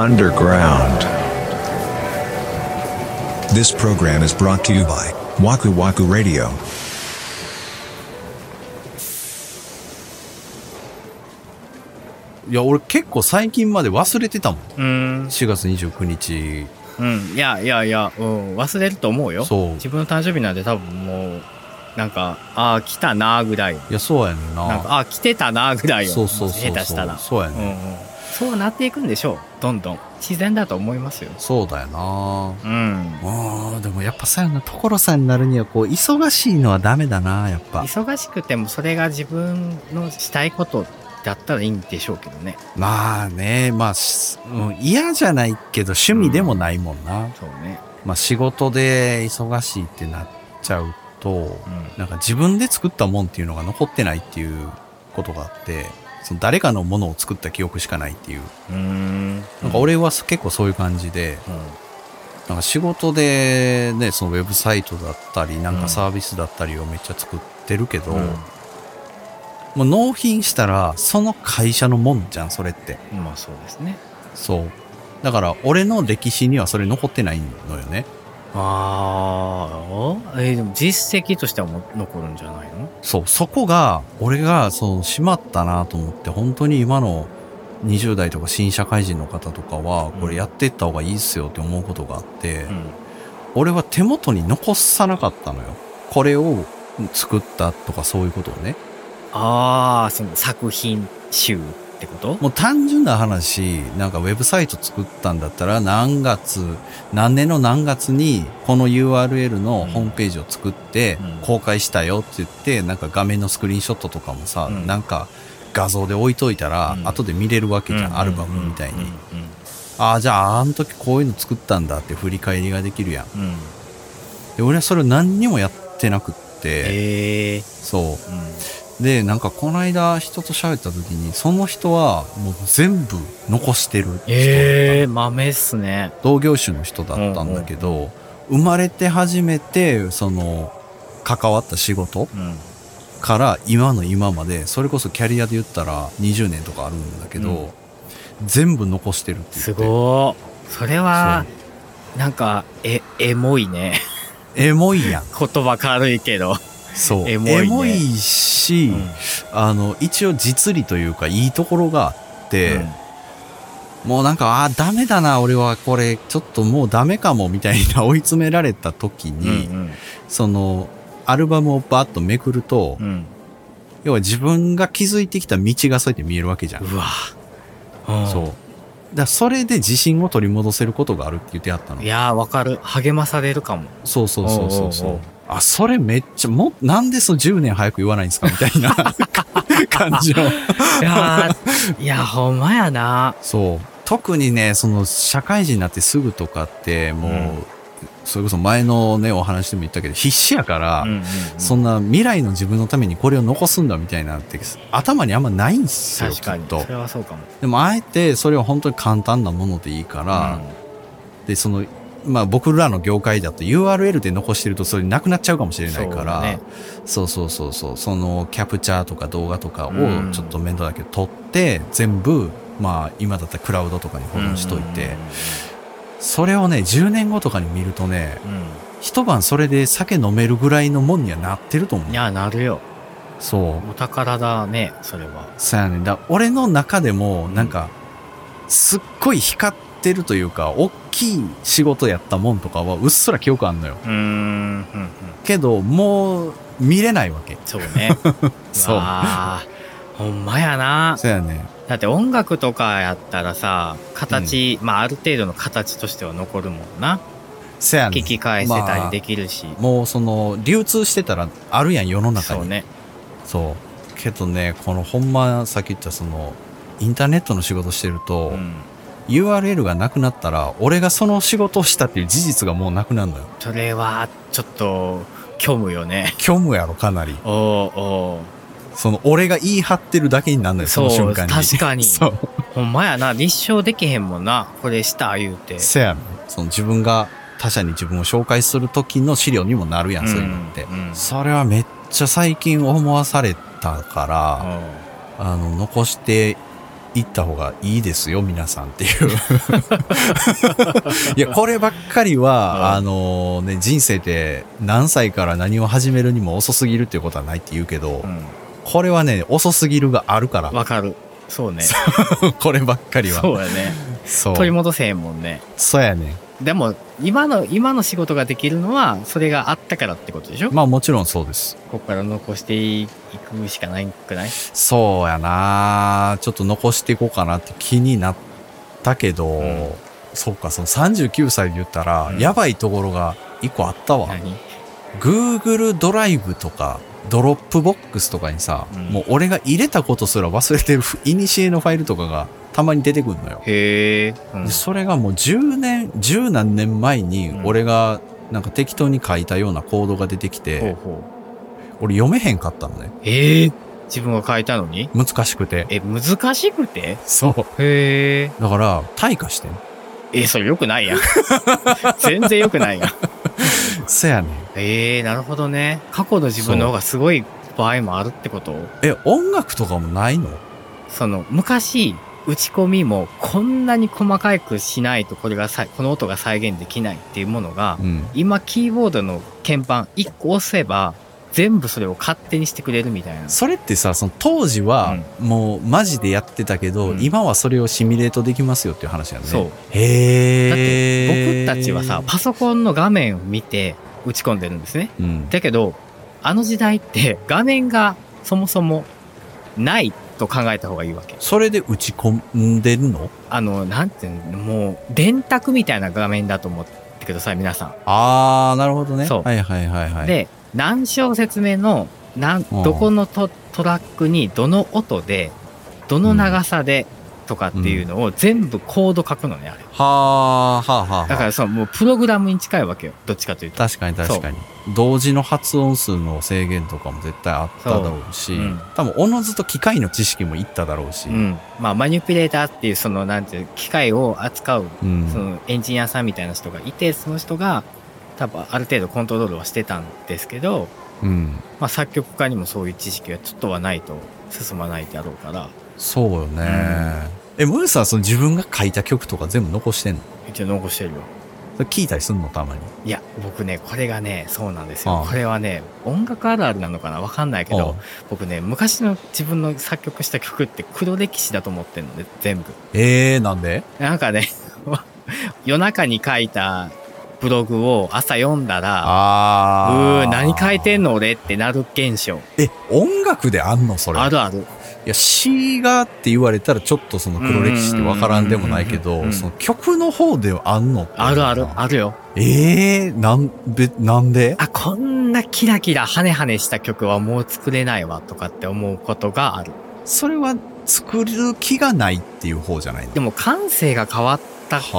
underground. This program is brought to you by Waku Waku Radio. いや俺結構最近まで忘れてたもん。 4 月29日。 いや、忘れると思うよ。 そう。 自分の誕生日なんで多分もう、なんか、来たなぐらい。いや、そうやねんな。 なんか、来てたなぐらいよ。 そう。 下手したら。 そうやね、 そうなっていくんでしょう。どんどん。自然だと思いますよ。 そうだよな。でもやっぱさやな、所さんになるにはこう、忙しいのはダメだな、やっぱ。 忙しくてもそれが自分のしたいことだったらいいんでしょうけどね。 まあね、嫌じゃないけど趣味でもないもんな。 そうね。 仕事で忙しいってなっちゃうと、なんか自分で作ったもんっていうのが残ってないっていうことがあって、その誰かのものを作った記憶しかないっていう。なんか俺は結構そういう感じで、なんか仕事でね、そのウェブサイトだったり、なんかサービスだったりをめっちゃ作ってるけど、もう納品したらその会社のもんじゃん、それって。 まあそうですね。 そう。だから俺の歴史にはそれ残ってないのよね。 でも実績としては残るんじゃないの？ そう、そこが俺がしまったなと思って、本当に今の20代とか新社会人の方とかはこれやっていった方がいいっすよって思うことがあって、俺は手元に残さなかったのよ。これを作ったとかそういうことをね。 その作品集ってこと？ もう単純な話、なんかウェブサイト作ったんだったら何年の何月にこの URL のホームページを作って公開したよって言って、なんか画面のスクリーンショットとかもさ、なんか画像で置いといたら後で見れるわけじゃん、アルバムみたいに。じゃああの時こういうの作ったんだって振り返りができるやん。で、俺はそれを何にもやってなくって、そう。で、なんかこの間人と喋った時に、その人はもう全部残してる人。 豆っすね。 同業種の人だったんだけど、生まれて初めて、関わった仕事から今の今まで、それこそキャリアで言ったら20年とかあるんだけど、全部残してるって言って。 すごー。それは、なんか、エモいね。 エモいやん。 言葉軽いけど。 そう。エモいし、一応実利というかいいところがあって、もうなんか、ダメだな、俺はこれ、ちょっともうダメかも、みたいな追い詰められた時に、アルバムをバーッとめくると、要は自分が築いてきた道がそうやって見えるわけじゃん。 うわ。 そう。だからそれで自信を取り戻せることがあるって言ってあったの。 いやー、わかる。励まされるかも。 そう。それめっちゃ、なんで10年早く言わないんですかみたいな感じの。 いや、ほんまやな。 そう。特にね、社会人になってすぐとかって、もう、それこそ前のね、お話でも言ったけど、必死やから、そんな未来の自分のためにこれを残すんだみたいなって、頭にあんまないんですよ、 確かに。 きっと。 それはそうかも。 でも、あえて、それは本当に簡単なものでいいから、で、僕らの業界だと URL で残してるとそれなくなっちゃうかもしれないから、そう、キャプチャーとか動画とかをちょっと面倒だけど撮って、全部、今だったらクラウドとかに保存しといて、それをね、10年後とかに見るとね、一晩それで酒飲めるぐらいのもんにはなってると思う。 いや、なるよ。 そう。 お宝だね、それは。 そうやね。俺の中でも、なんか、すっごい光ってるというか、大きい仕事やったもんとかはうっすら記憶あんのよ。けど、もう見れないわけ。 そうね。 そう。 ほんまやな。 そうやね。 だって音楽とかやったらさ、形、ある程度の形としては残るもんな。 そうやね。 聞き返せたりできるし。 もう流通してたらあるやん、世の中に。 そうね。 そう。けどね、このほんまさっき言ったインターネットの仕事してると、URL がなくなったら、俺がその仕事をしたっていう事実がもうなくなるのよ。 それは、ちょっと、虚無よね。 虚無やろ、かなり。俺が言い張ってるだけになるのよ、その瞬間に。 確かに。 そう。 ほんまやな、立証できへんもんな。これした言うて。 せやねん。自分が他者に自分を紹介する時の資料にもなるやん、そういうのって。それはめっちゃ最近思わされたから、残して行った方がいいですよ、皆さんっていう。いや、こればっかりは、人生って何歳から何を始めるにも遅すぎるっていうことはないって言うけど、これはね、遅すぎるがあるから。 わかる。そうね。 こればっかりは。 そうやね。 そう。 取り戻せへんもんね。 そうやね。 でも、今の仕事ができるのは、それがあったからってことでしょ？ まあもちろんそうです。 ここから残していくしかないんくない？ そうやな。ちょっと残していこうかなって気になったけど、そうか、その39歳で言ったら、やばいところが一個あったわ。 何？ Google ドライブとか、ドロップボックスとかにさ、もう俺が入れたことすら忘れてるイニシエのファイルとかがたまに出てくるのよ。 へでそれがもう十何年前に俺がなんか適当に書いたようなコードが出てきて、俺読めへんかったのね。 自分が書いたのに？ 難しくて。 難しくて？ そう。だから、退化してん。 それ良くないやん。全然良くないやん。 そやねん。なるほどね。過去の自分の方がすごい場合もあるってこと？ 音楽とかもないの？ 昔、打ち込みもこんなに細かくしないとこの音が再現できないっていうものが、今キーボードの鍵盤1個押せば全部それを勝手にしてくれるみたいな。 それってさ、その当時はもうマジでやってたけど、今はそれをシミュレートできますよっていう話やね。 そう。だって僕たちはさ、パソコンの画面を見て打ち込んでるんですね。だけど、あの時代って画面がそもそもないと考えた方がいいわけ。 それで打ち込んでるの？ なんていうの、もう電卓みたいな画面だと思ってください、皆さん。 なるほどね。そう。はいはいはいはい。 で、何小節目のどこのトラックにどの音でどの長さでとかっていうのを全部コード書くのね、あれ。だからもうプログラムに近いわけよ、どっちかというと。 確かに確かに。同時の発音数の制限とかも絶対あっただろうし、多分おのずと機械の知識もいっただろうし。 マニピュレーターっていうなんていう機械を扱う、そのエンジニアさんみたいな人がいて、その人が多分ある程度コントロールはしてたんですけど、作曲家にもそういう知識がちょっとはないと進まないだろうから。 そうよね。ムーさんは自分が書いた曲とか全部残してんの？ 一応残してるよ。 それ聞いたりすんのたまに？ いや、僕ね、これがね、そうなんですよ。これはね、音楽あるあるなのかなわかんないけど、僕ね、昔の自分の作曲した曲って黒歴史だと思ってんのね、全部。 なんで？なんかね、夜中に書いたブログを朝読んだら、何書いてんの俺ってなる現象。 音楽であんのそれ？あるある。 いや、詩がって言われたらちょっとその黒歴史ってわからんでもないけど、その曲の方であんの？ あるある、あるよ。 なんで？ こんなキラキラハネハネした曲はもう作れないわとかって思うことがある。 それは作る気がないっていう方じゃないの？ でも感性が変わったか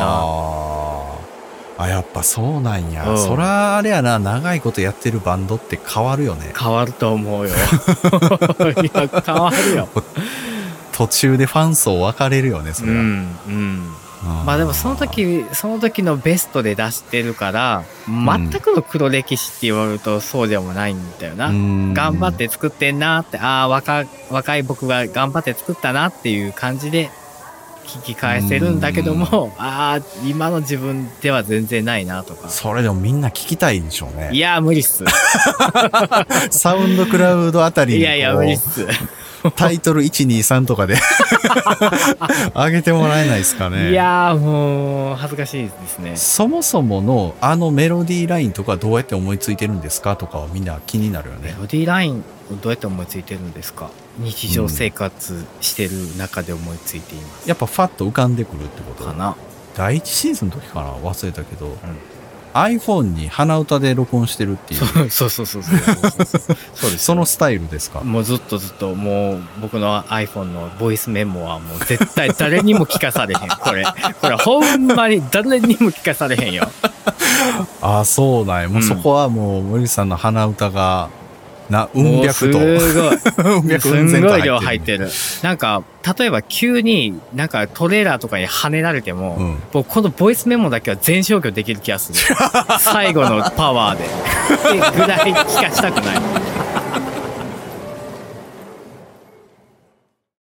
な。 やっぱそうなんや。そらあれやな、長いことやってるバンドって変わるよね。 変わると思うよ。いや、変わるよ。 途中でファン層分かれるよね、それは。 でもその時のベストで出してるから、全くの黒歴史って言われるとそうでもないんだよな。頑張って作ってんなって、若い僕が頑張って作ったなっていう感じで聞き返せるんだけども、今の自分では全然ないなとか。 それでもみんな聞きたいでしょうね。 いや、無理っす。 サウンドクラウドあたりに。 いや、無理っす。 タイトル123とかで上げてもらえないですかね。 いやもう恥ずかしいですね。 そもそものメロディーラインとかどうやって思いついてるんですかとかはみんな気になるよね。 メロディーラインどうやって思いついてるんですか？日常生活してる中で思いついています。 やっぱファッと浮かんでくるってことかな。 第一シーズンの時かな、忘れたけど、iPhone に鼻歌で録音してるっていう。 そうそうです。 そのスタイルですか？ もうずっともう僕の iPhone のボイスメモはもう絶対誰にも聞かされへん。これほんまに誰にも聞かされへんよ。 そうなんや。もうそこはもう森さんの鼻歌がうん百と。 すごい。すごい量入っってる。なんか、例えば急になんかトレーラーとかに跳ねられても、僕このボイスメモだけは全消去できる気がする。最後のパワーで。ぐらい聞かしたくない。